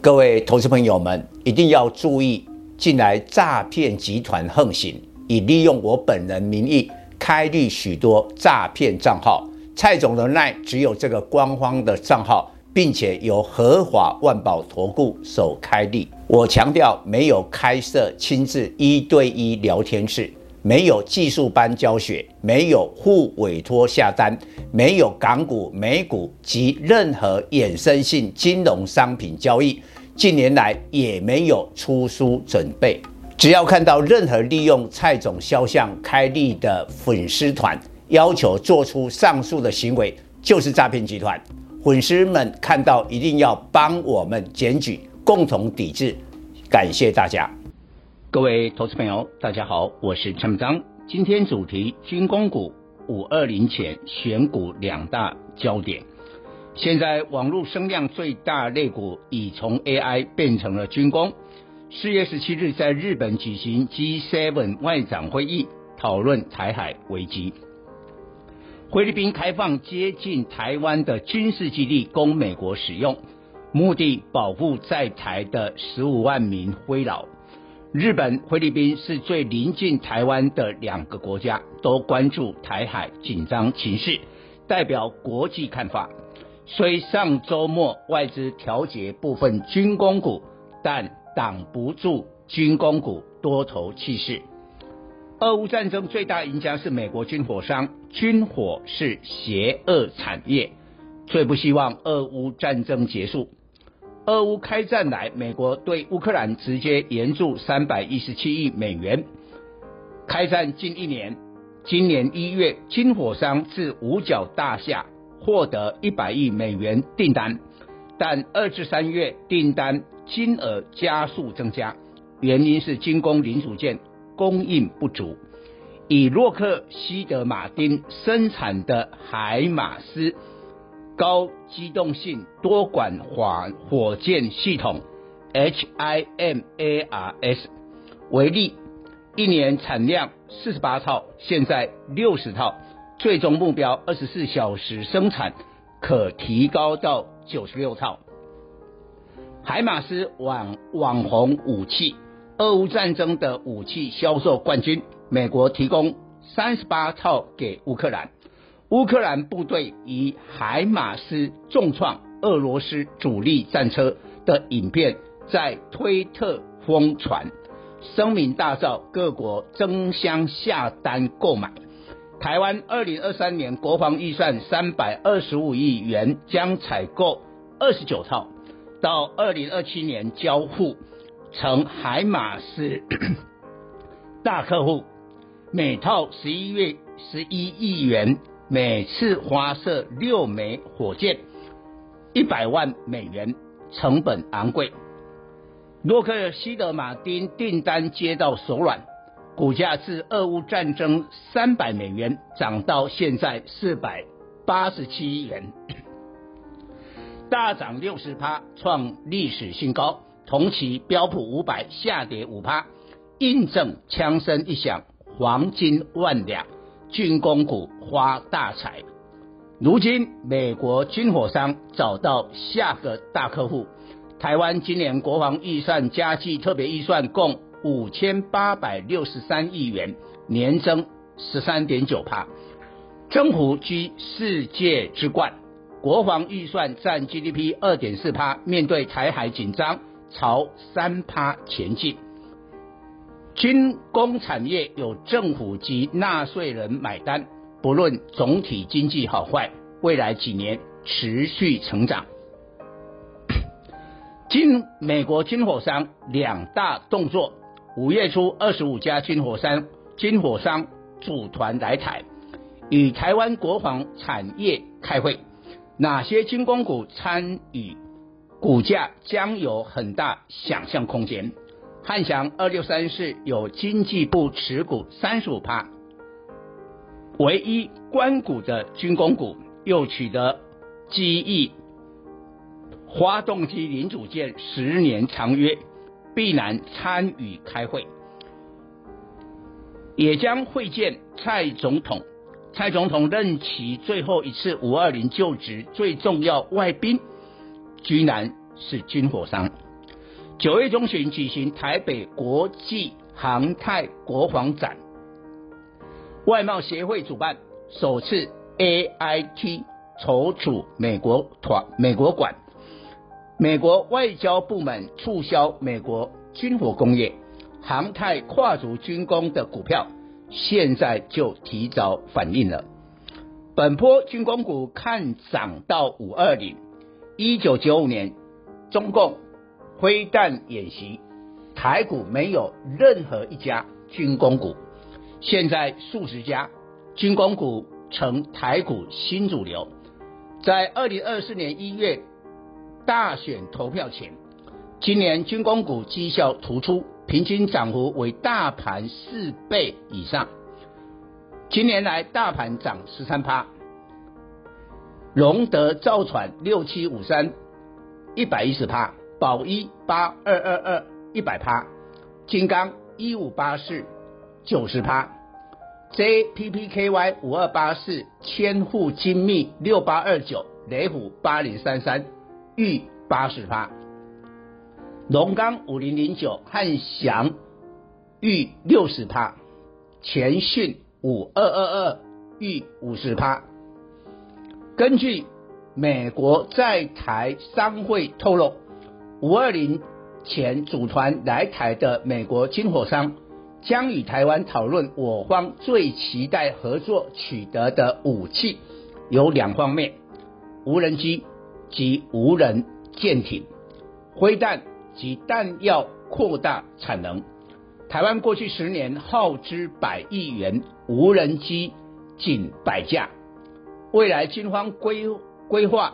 各位投资朋友们一定要注意，近来诈骗集团横行，已利用我本人名义开立许多诈骗账号。蔡总的赖只有这个官方的账号，并且由合法万宝投顾所开立。我强调，没有开设亲自1对1聊天室，没有技术班教学，没有互委托下单，没有港股、美股及任何衍生性金融商品交易。近年来也没有出书准备。只要看到任何利用蔡总肖像开立的粉丝团，要求做出上述的行为，就是诈骗集团。粉丝们看到一定要帮我们检举，共同抵制。感谢大家。 各位投资朋友，大家好，我是陈明章。今天主题：军工股520前选股两大焦点。现在网络声量最大类股已从 AI 变成了军工。4月17日在日本举行 G7 外长会议，讨论台海危机。菲律宾开放接近台湾的军事基地供美国使用，目的保护在台的15万名菲劳。日本、菲律宾是最临近台湾的两个国家，都关注台海紧张情势，代表国际看法。虽上周末外资调节部分军工股，但挡不住军工股多头气势。俄乌战争最大赢家是美国军火商，军火是邪恶产业，最不希望俄乌战争结束。俄乌开战来，美国对乌克兰直接援助317亿美元。开战近一年，今年1月，军火商自五角大厦获得100亿美元订单，但2至3月订单金额加速增加，原因是军工零组件供应不足。以洛克希德马丁生产的海马斯高机动性多管火箭系统 HIMARS 为例，一年产量48套，现在60套，最终目标24小时生产可提高到96套。海马斯网红武器，俄乌战争的武器销售冠军，美国提供38套给乌克兰。乌克兰部队以海马斯重创俄罗斯主力战车的影片在推特疯传，声名大噪，各国争相下单购买。台湾2023年国防预算325亿元，将采购29套，到2027年交付，成海马斯大客户，每套11亿元，每次发射6枚火箭，100万美元，成本昂贵。洛克希德马丁订单接到手软，股价自俄乌战争300美元涨到现在487亿元，大涨60%，创历史新高。同期标普500下跌5%，印证枪声一响，黄金万两，军工股发大财。如今美国军火商找到下个大客户，台湾今年国防预算加计特别预算共5863亿元，年增 13.9%， 增幅居世界之冠。国防预算占 GDP 2.4%， 面对台海紧张，朝 3% 前进。军工产业有政府及纳税人买单，不论总体经济好坏，未来几年持续成长。美国军火商两大动作，5月初25家军火商组团来台，与台湾国防产业开会，哪些军工股参与，股价将有很大想象空间。汉翔2634有经济部持股 35%， 唯一官股的军工股，又取得机翼发动机零组件10年长约，必然参与开会，也将会见蔡总统。蔡总统任期最后一次520就职，最重要外宾居然是军火商。 9月中旬举行台北国际航太国防展，外贸协会主办，首次 AIT 筹处美国馆，美国外交部门促销美国军火工业、航太跨足军工的股票，现在就提早反应了。本波军工股看涨到520。1995年中共挥弹演习，台股没有任何一家军工股，现在数十家军工股成台股新主流。在2024年1月大选投票前，今年军工股绩效突出，平均涨幅为大盘4倍以上。今年来大盘涨 13%， 荣德造船6753 110%， 宝一8222 100%， 金刚1584 90%， JPPKY 5284 千户精密6829，雷虎8033逾 80%， 龙钢5009汉翔逾 60%， 前讯5222逾 50%。 根据美国在台商会透露，520前组团来台的美国军火商将与台湾讨论我方最期待合作取得的武器有2方面：无人机及无人舰艇、挥弹及弹药扩大产能。台湾过去10年耗资100亿元，无人机仅100架，未来军方规划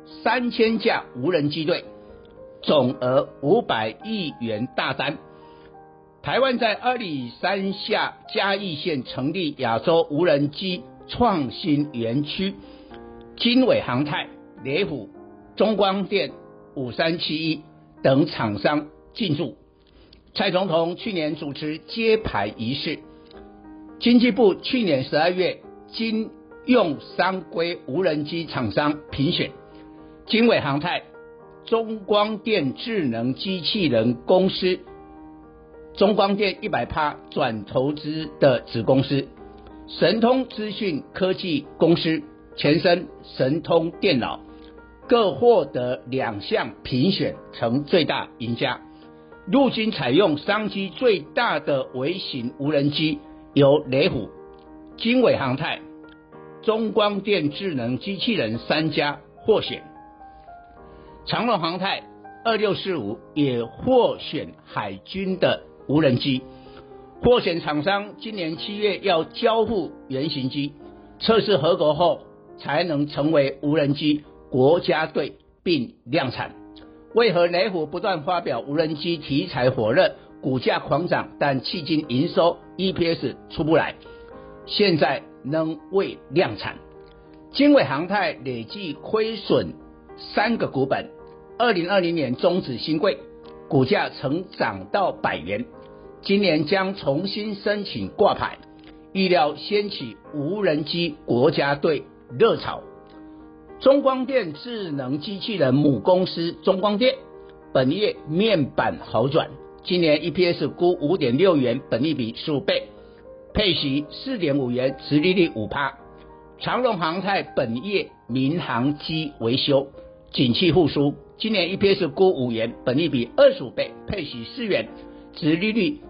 3000架无人机队，总额500亿元大单。台湾在阿里山下嘉义县成立亚洲无人机创新园区，经纬航太、雷虎、中光电、5371等厂商进驻。蔡总统去年主持揭牌仪式，经济部去年12月经用商规无人机厂商评选，经纬航太、中光电智能机器人公司、中光电100%转投资的子公司，神通资讯科技公司前身神通电脑，各获得2项评选成最大赢家。陆军采用商机最大的微型无人机由雷虎、经纬航太、中光电智能机器人3家获选。长荣航太2645也获选海军的无人机，获选厂商今年7月要交付原型机，测试合格后才能成为无人机国家队并量产。为何雷虎不断发表无人机题材火热，股价狂涨，但迄今营收 EPS 出不来，现在仍未量产？经纬航太累计亏损3个股本，2020年终止新贵，股价曾涨到100元，今年将重新申请挂牌，预料掀起无人机国家队热潮。中光电智能机器人母公司中光电本月面板好转，今年 EPS 估 5.6 元，本益比15倍，配息 4.5 元，殖利率 5%。 长荣航太本业民航机维修，景气复苏，今年 EPS 估5元，本益比25倍，配息4元，殖利率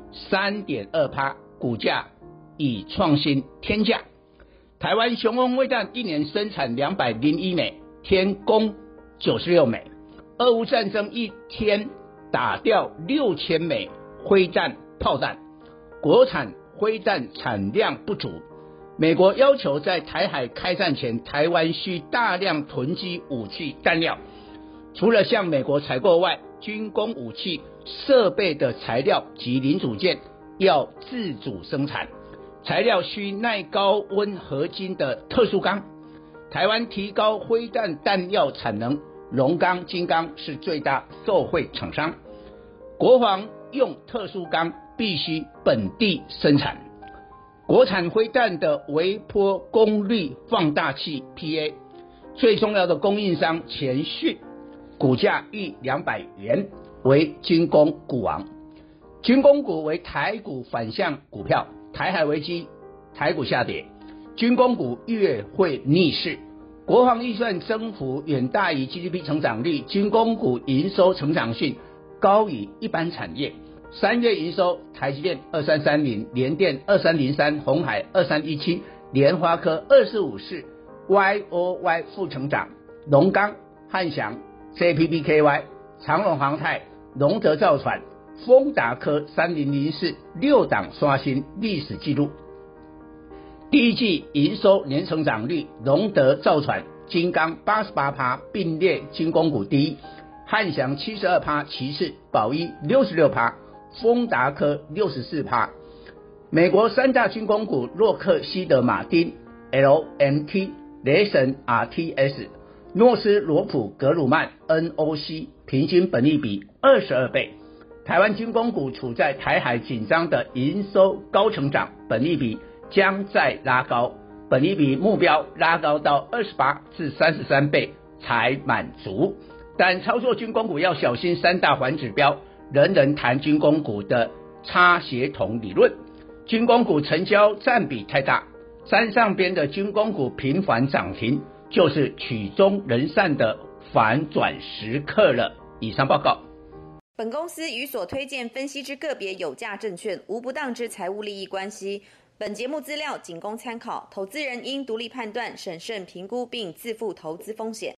3.2%， 股价已创新天价。台湾雄风飞弹一年生产201枚，天供96枚。俄乌战争一天打掉6000枚飞弹炮弹，国产飞弹产量不足。美国要求在台海开战前，台湾需大量囤积武器弹料，除了向美国采购外，军工武器设备的材料及零组件要自主生产。材料需耐高温合金的特殊钢，台湾提高飞弹弹药产能，龙钢、金刚是最大受惠厂商。国防用特殊钢必须本地生产。国产飞弹的微波功率放大器 PA 最重要的供应商前续，股价逾200元， 为军工股王。军工股为台股反向股票，台海危机，台股下跌，军工股越会逆势。国防预算增幅远大于 GDP 成长率，军工股营收成长性高于一般产业。3月营收，台积电2330，联电2303，鸿海2317，联发科2454 ，YOY 负成长。龙钢、汉翔、JPPKY、长荣航太、龙德造船、丰达科3004 6档刷新历史纪录。第一季营收年成长率，龙德造船、金刚 88%， 并列军工股第一，汉翔 72%， 其次宝一 66%， 丰达科 64%。 美国三大军工股洛克希德马丁 LMT、 雷神 RTS、 诺斯罗普格鲁曼 NOC 平均本益比22倍。台湾军工股处在台海紧张的营收高成长，本益比将再拉高，本益比目标拉高到28至33倍才满足。但操作军工股要小心三大环指标，人人谈军工股的差协同理论。军工股成交占比太大，山上边的军工股频繁涨停，就是曲终人散的反转时刻了。以上报告。 本公司与所推荐分析之个别有价证券无不当之财务利益关系。本节目资料仅供参考，投资人应独立判断、审慎评估并自负投资风险。